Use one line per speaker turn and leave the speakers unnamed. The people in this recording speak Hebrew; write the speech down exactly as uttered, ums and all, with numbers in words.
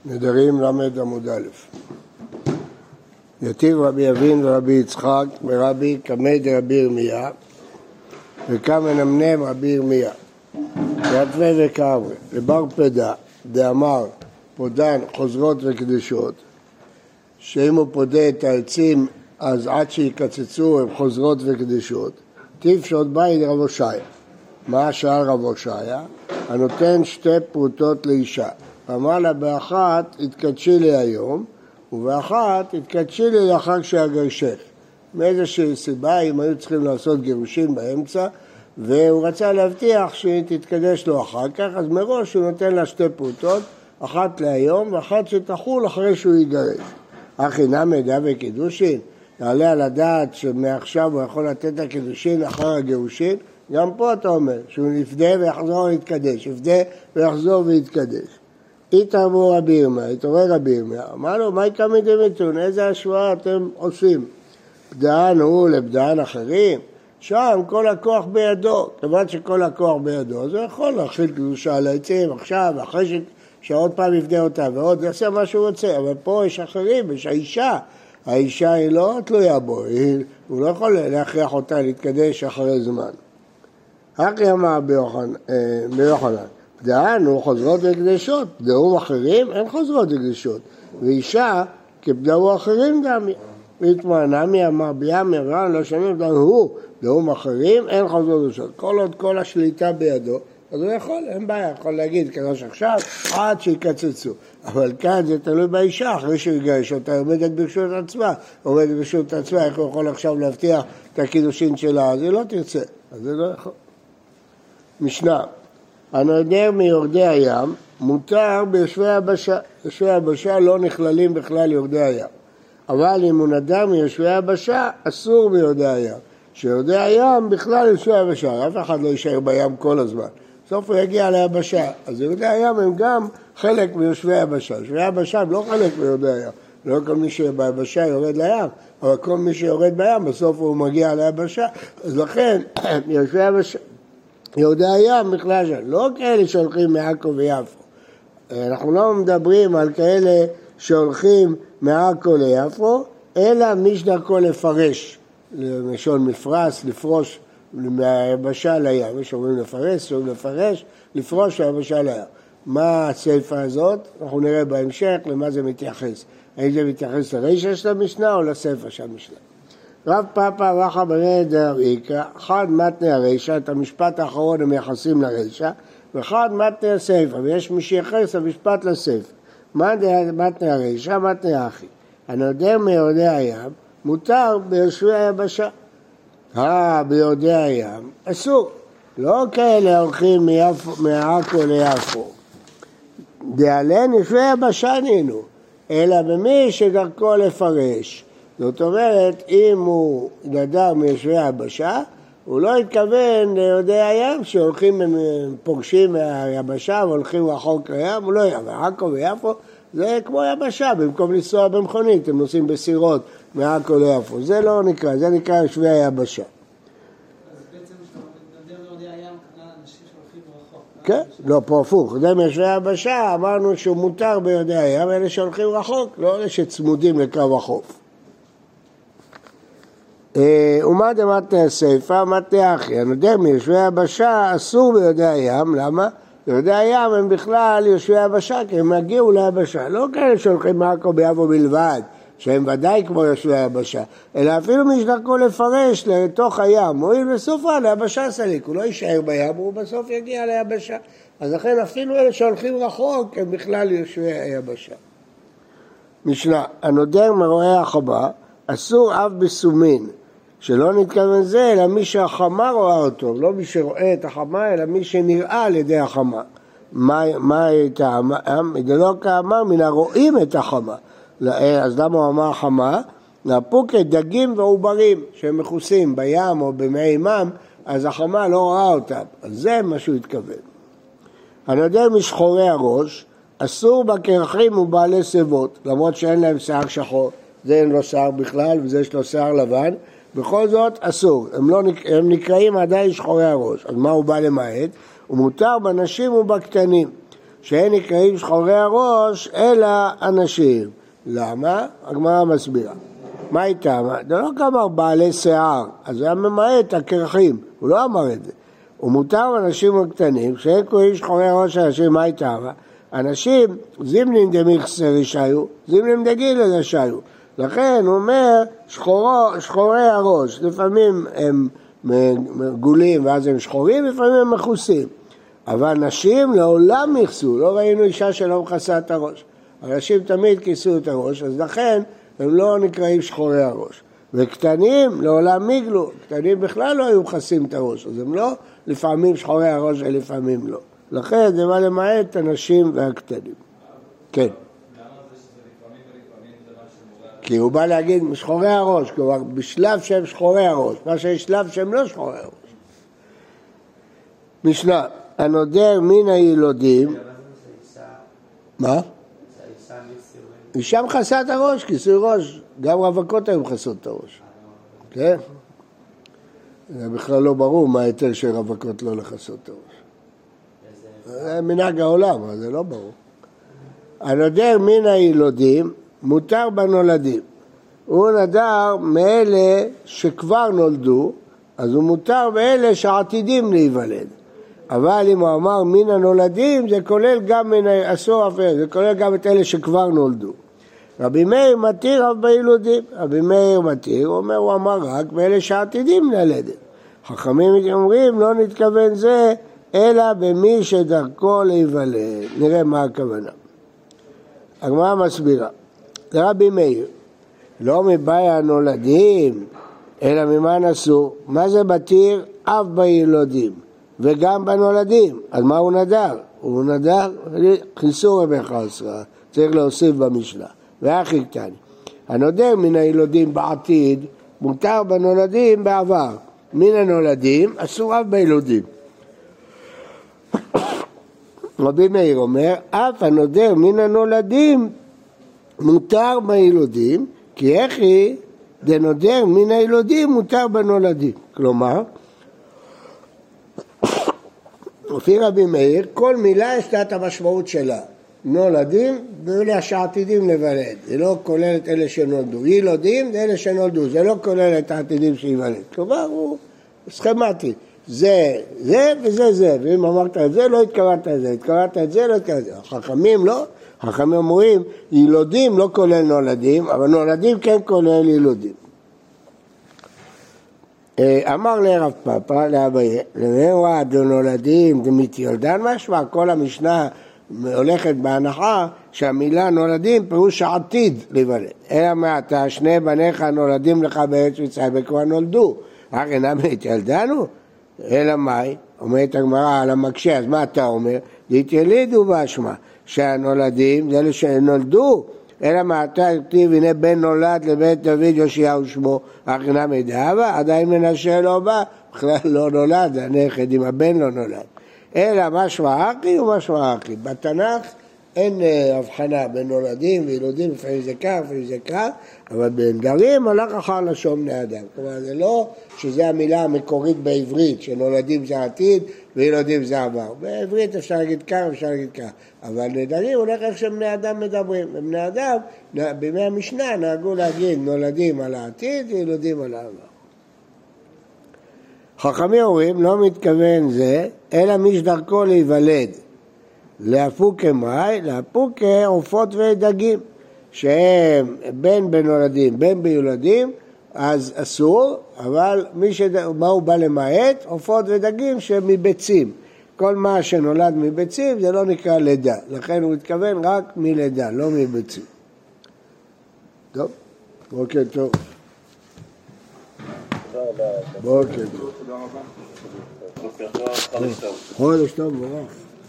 נדרים למד עמוד א'. יתיב רבי אבין ורבי יצחק ורבי קמא דרבי ירמיה וקם מנמנם רבי ירמיה יתווה וקאמרי לבר פדה דאמר פודן חוזרות וקדשות, שאם הוא פודה את העצים אז עד שיקצצו הם חוזרות וקדשות. טיב שעוד בית רב הושעיה. מה שאל רב הושעיה? הנותן שתי פרוטות לאישה, אמר לה באחת התקדשי לי היום ובאחת התקדשי לי לאחר שאגרשך. מאיזושהי סיבה הם היו צריכים לעשות גירושים באמצע והוא רצה להבטיח שהיא תתקדש לו אחר כך, אז מראש הוא נותן לה שתי פרוטות, אחת להיום ואחת שתחול אחרי שהוא יגרש. אחי נמי דא וקידושין, יעלה על הדעת שמעכשיו הוא יכול לתת את הקידושין אחר הגירושין. גם פה אתה אומר שהוא יפדה ויחזור ויתקדש, יפדה ויחזור ויתקדש. התערבו רבי ירמיה, התעורר רבי ירמיה, אמר לו, מה יקמא דמיתון, איזה השוואה אתם עושים? פדען הוא לפדען אחרים? שם כל הכוח בידו, כיוון שכל הכוח בידו, אז הוא יכול להכיל קדושה על העצים עכשיו, אחרי שעוד פעם יפדה אותה ועוד, יעשה מה שהוא רוצה, אבל פה יש אחרים, יש האישה, האישה היא לא תלויה בו, היא, הוא לא יכול להכריח אותה להתקדש אחרי זמן. אחי אמר ביוחנן, פדען הוא חוזרות וקדשות, פדעו אחרים אין חוזרות וקדשות, ואישה כפדעו אחרים גם. והתמענה מי אמר בימי רן לא שומעים אותנו, הוא פדעו אחרים אין חוזרות וקדשות. כל עוד כל השליטה בידו, אז הוא יכול, אין בעיה, יכול להגיד כדוש עכשיו עד שיקצצו. אבל כאן זה תלוי באישה, אחרי שהוא יגרש אותה, עומדת ברשות עצמה, עומדת ברשות עצמה, איך הוא יכול עכשיו להבטיח את הקידושין שלה, אז היא לא תרצה, אז זה לא יכול. משנה, הנודר מיורדי הים מותר ביושבי הבשה, יושבי הבשה לא נכללים בכלל יורדי הים, אבל אם הוא נדר מיושבי הבשה אסור ביורדי הים, שיורדי הים בכלל יושבי הבשה, אף אחד לא יישאר בים כל הזמן, בסוף הוא יגיע ליבשה, אז יורדי הים הם גם חלק מיושבי הבשה, יושבי הבשה הם לא חלק מיורדי הים, לא כל מי שביבשה יורד לים, אבל כל מי שיורד בים בסוף הוא מגיע ליבשה, אז לכן יושבי הבשה יהודי הים בכלל שם, לא כאלה שהולכים מעכו ויפו. אנחנו לא מדברים על כאלה שהולכים מעכו ליפו, אלא מי שדרכו לפרש, למשון מפרס, לפרוש מהיבשה לים. יש אומרים לפרש, אומרים לפרש, לפרוש מהיבשה לים. מה הספר הזאת? אנחנו נראה בהמשך למה זה מתייחס. האם זה מתייחס לרישא של המשנה או לספר של המשנה. רב פאפא רחא בני דרעיקה, אחד מתני הרישא, את המשפט האחרון הם מייחסים לרישא, ואחד מתני הספר, ויש מי שייחס המשפט לספר. מתני הרישא, מתני האחי. הנודר מיורדי הים, מותר ביושבי היבשה. אה, ביורדי הים, אסור. לא כאלה הולכים מעכו ליפו. דעלן יושבי היבשה נינו, אלא במי שדרכו לפרש. זאת אומרת, אם הוא נדר מיושבי היבשה, הוא לא התכוון ליורדי הים שהולכים, פורשים מהיבשה והולכים רחוק לים, הוא לא יהיה, עכו ויפו זה כמו יבשה, במקום לנסוע במכונית, הם נוסעים בסירות מעכו ליפו, זה לא נקרא, זה נקרא יושבי היבשה.
אז בעצם נדר ליורדי הים, כנראה אנשים שהולכים רחוק.
כן, לא, פה הפוך, נדר מיושבי היבשה, אמרנו שהוא מותר ביורדי הים, אלה שהולכים רחוק, לא אלה שצמודים לקו החוף. ומה דמתני הספר, מתני אחי, הנודר מיושבי היבשה אסור ביורדי הים, למה? יורדי הים הם בכלל יושבי היבשה, כי הם הגיעו ליבשה, לא כאלה שהולכים מעכו ביפו בלבד, שהם ודאי כמו יושבי היבשה, אלא אפילו מי שדרכו לפרש לתוך הים, מועיל בסופה ליבשה סליק, הוא לא יישאר בים, הוא בסוף יגיע ליבשה, אז לכן אפילו אלה שהולכים רחוק הם בכלל יושבי היבשה. משנה, הנודר מרואי החמה, אסור אף בסומין, שלא נתכוון זה, אלא מי שהחמה רואה אותו, לא מי שרואה את החמה, אלא מי שנראה על ידי החמה. מה הייתה? זה לא כאמר, מן הרואים את החמה. אז למה הוא אמר חמה? נפוקת דגים ועוברים שהם מכוסים בים או במי מים, אז החמה לא רואה אותם. אז זה מה שהוא התכוון. הנודר משחורי הראש, אסור בקרחים ובעלי סבות, למרות שאין להם שיער שחור. זה אין לו שיער בכלל וזה יש לו שיער לבן. בכל זאת אסור, הם, לא, הם נקראים עדיין שחורי הראש, אז מה הוא בא למעט? הוא מותר בנשים ובקטנים, שאין נקראים שחורי הראש אלא אנשים. למה? הגמרא מסבירה. מה הייתה? זה לא כמה בעלי שיער, אז הוא היה ממעט הקרחים, הוא לא אמר את זה. ומותר אנשים הקטנים, שאין קוראים שחורי הראש אנשים, מה הייתה? אנשים, זימנים דמיכסר ישעיו, זימנים דגיל ישעיו. לכן הוא אומר שחורו, שחורי הראש, לפעמים הם גולים ואז הם שחורים, לפעמים הם מכוסים. אבל נשים לעולם מכסו, לא ראינו אישה שלא מכסה את הראש. אנשים תמיד כיסו את הראש, אז לכן הם לא נקראים שחורי הראש. וקטנים לעולם מיגלו, קטנים בכלל לא היו מכסים את הראש, אז הם לא לפעמים שחורי הראש ולפעמים לא. לכן זה מה למעט הנשים והקטנים. כן. כי הוא בא להגיד שחורי הראש, כלומר בשלב שהם שחורי הראש, מה שיש שלב שהם לא שחורי הראש. משנה, הנודר מן הילודים, מה? אישה מכסה את הראש, כיסוי ראש, גם רווקות היו מכסות את הראש. כן? זה בכלל לא ברור מה היתר של רווקות לא לכסות את הראש. זה מנהג העולם, אבל זה לא ברור. הנודר מן הילודים מותר בנולדים. הוא נדר מאלה שכבר נולדו, אז הוא מותר באלה שעתידים להיוולד. אבל אם הוא אמר מן הנולדים, זה כולל גם מן העשור אפשר, זה כולל גם את אלה שכבר נולדו. רבי מאיר מתיר אף בילודים. רבי מאיר מתיר, הוא אומר, הוא אמר רק באלה שעתידים ללדת. חכמים אומרים, לא נתכוון זה, אלא במי שדרכו להיוולד. נראה מה הכוונה. הגמרא מסבירה. לרבי מאיר, לא מבאי הנולדים, אלא ממה נסו. מה זה מתיר? אף בילודים. וגם בנולדים. אז מה הוא נדר? הוא נדר חיסור רבי חסרא, צריך להוסיף במשנה. והכי קטן. הנודר מן הילודים בעתיד, מותר בנולדים בעבר. מן הנולדים אסור אף בילודים. רבי מאיר אומר, אף הנודר מן הנולדים מותר בילודים, כי איך היא דנודר מן הילודים מותר בנולדים. כלומר, לפי רבי מאיר, כל מילה יש לה את המשמעות שלה. נולדים ואלה שעתידים לבלד. זה לא כולל את אלה שנולדו. ילודים זה אלה שנולדו. זה לא כולל את העתידים שיוולד. כלומר, הוא סכמטי. זה, זה וזה זה. ואם אמרת את זה, לא התכוונת את זה. התכוונת את זה, לא התכוונת את זה. חכמים לא. חכמים אומרים, ילודים לא כולל נולדים, אבל נולדים כן כולל ילודים. אמר לרב פאפא, לאביי, למאורה דנולדים דמית ילדן משמע, כל המשנה הולכת בהנחה שהמילה נולדים פירוש העתיד להיוולד. אלא מעתה שני בניך נולדים לך בארץ מצרים וכבר נולדו. רק אינם התילדנו? אלא מאי? אומרת הגמרא על המקשה, אז מה אתה אומר? התיילידו באשמה, שהנולדים זה אלה שנולדו. אלא מעתה הכתיב, הנה בן נולד לבית דוד יאשיהו שמו, אך אינם מדאבה, עדיין מנשה לא בא, בכלל לא נולד, הנכד עם הבן לא נולד. אלא משמע אחי ומשמע אחי. בתנ"ך אין הבחנה בין נולדים וילודים, לפעמים זה כך, לפעמים זה כך, אבל בנדרים הלך אחר לשון בני אדם. כלומר, זה לא שזה המילה המקורית בעברית, שנולדים זה עתיד וילודים זה עבר. בעברית אפשר להגיד כך, אפשר להגיד כך. אבל נדרים הולך איך שבני אדם מדברים. בני אדם, בימי המשנה נהגו להגיד נולדים על העתיד וילודים על העבר. חכמים אומרים, לא מתכוון זה, אלא מי שדרכו להיוולד. להפוק מאי, להפוק עופות ודגים, שהם בין בנולדים, בין ביולדים, אז אסור, אבל מי שד... מה הוא בא למעט? עופות ודגים שהם מביצים. כל מה שנולד מביצים זה לא נקרא לידה, לכן הוא מתכוון רק מלידה, לא מביצים. טוב, בוקר טוב. בוקר טוב. חודש טוב, ברוך.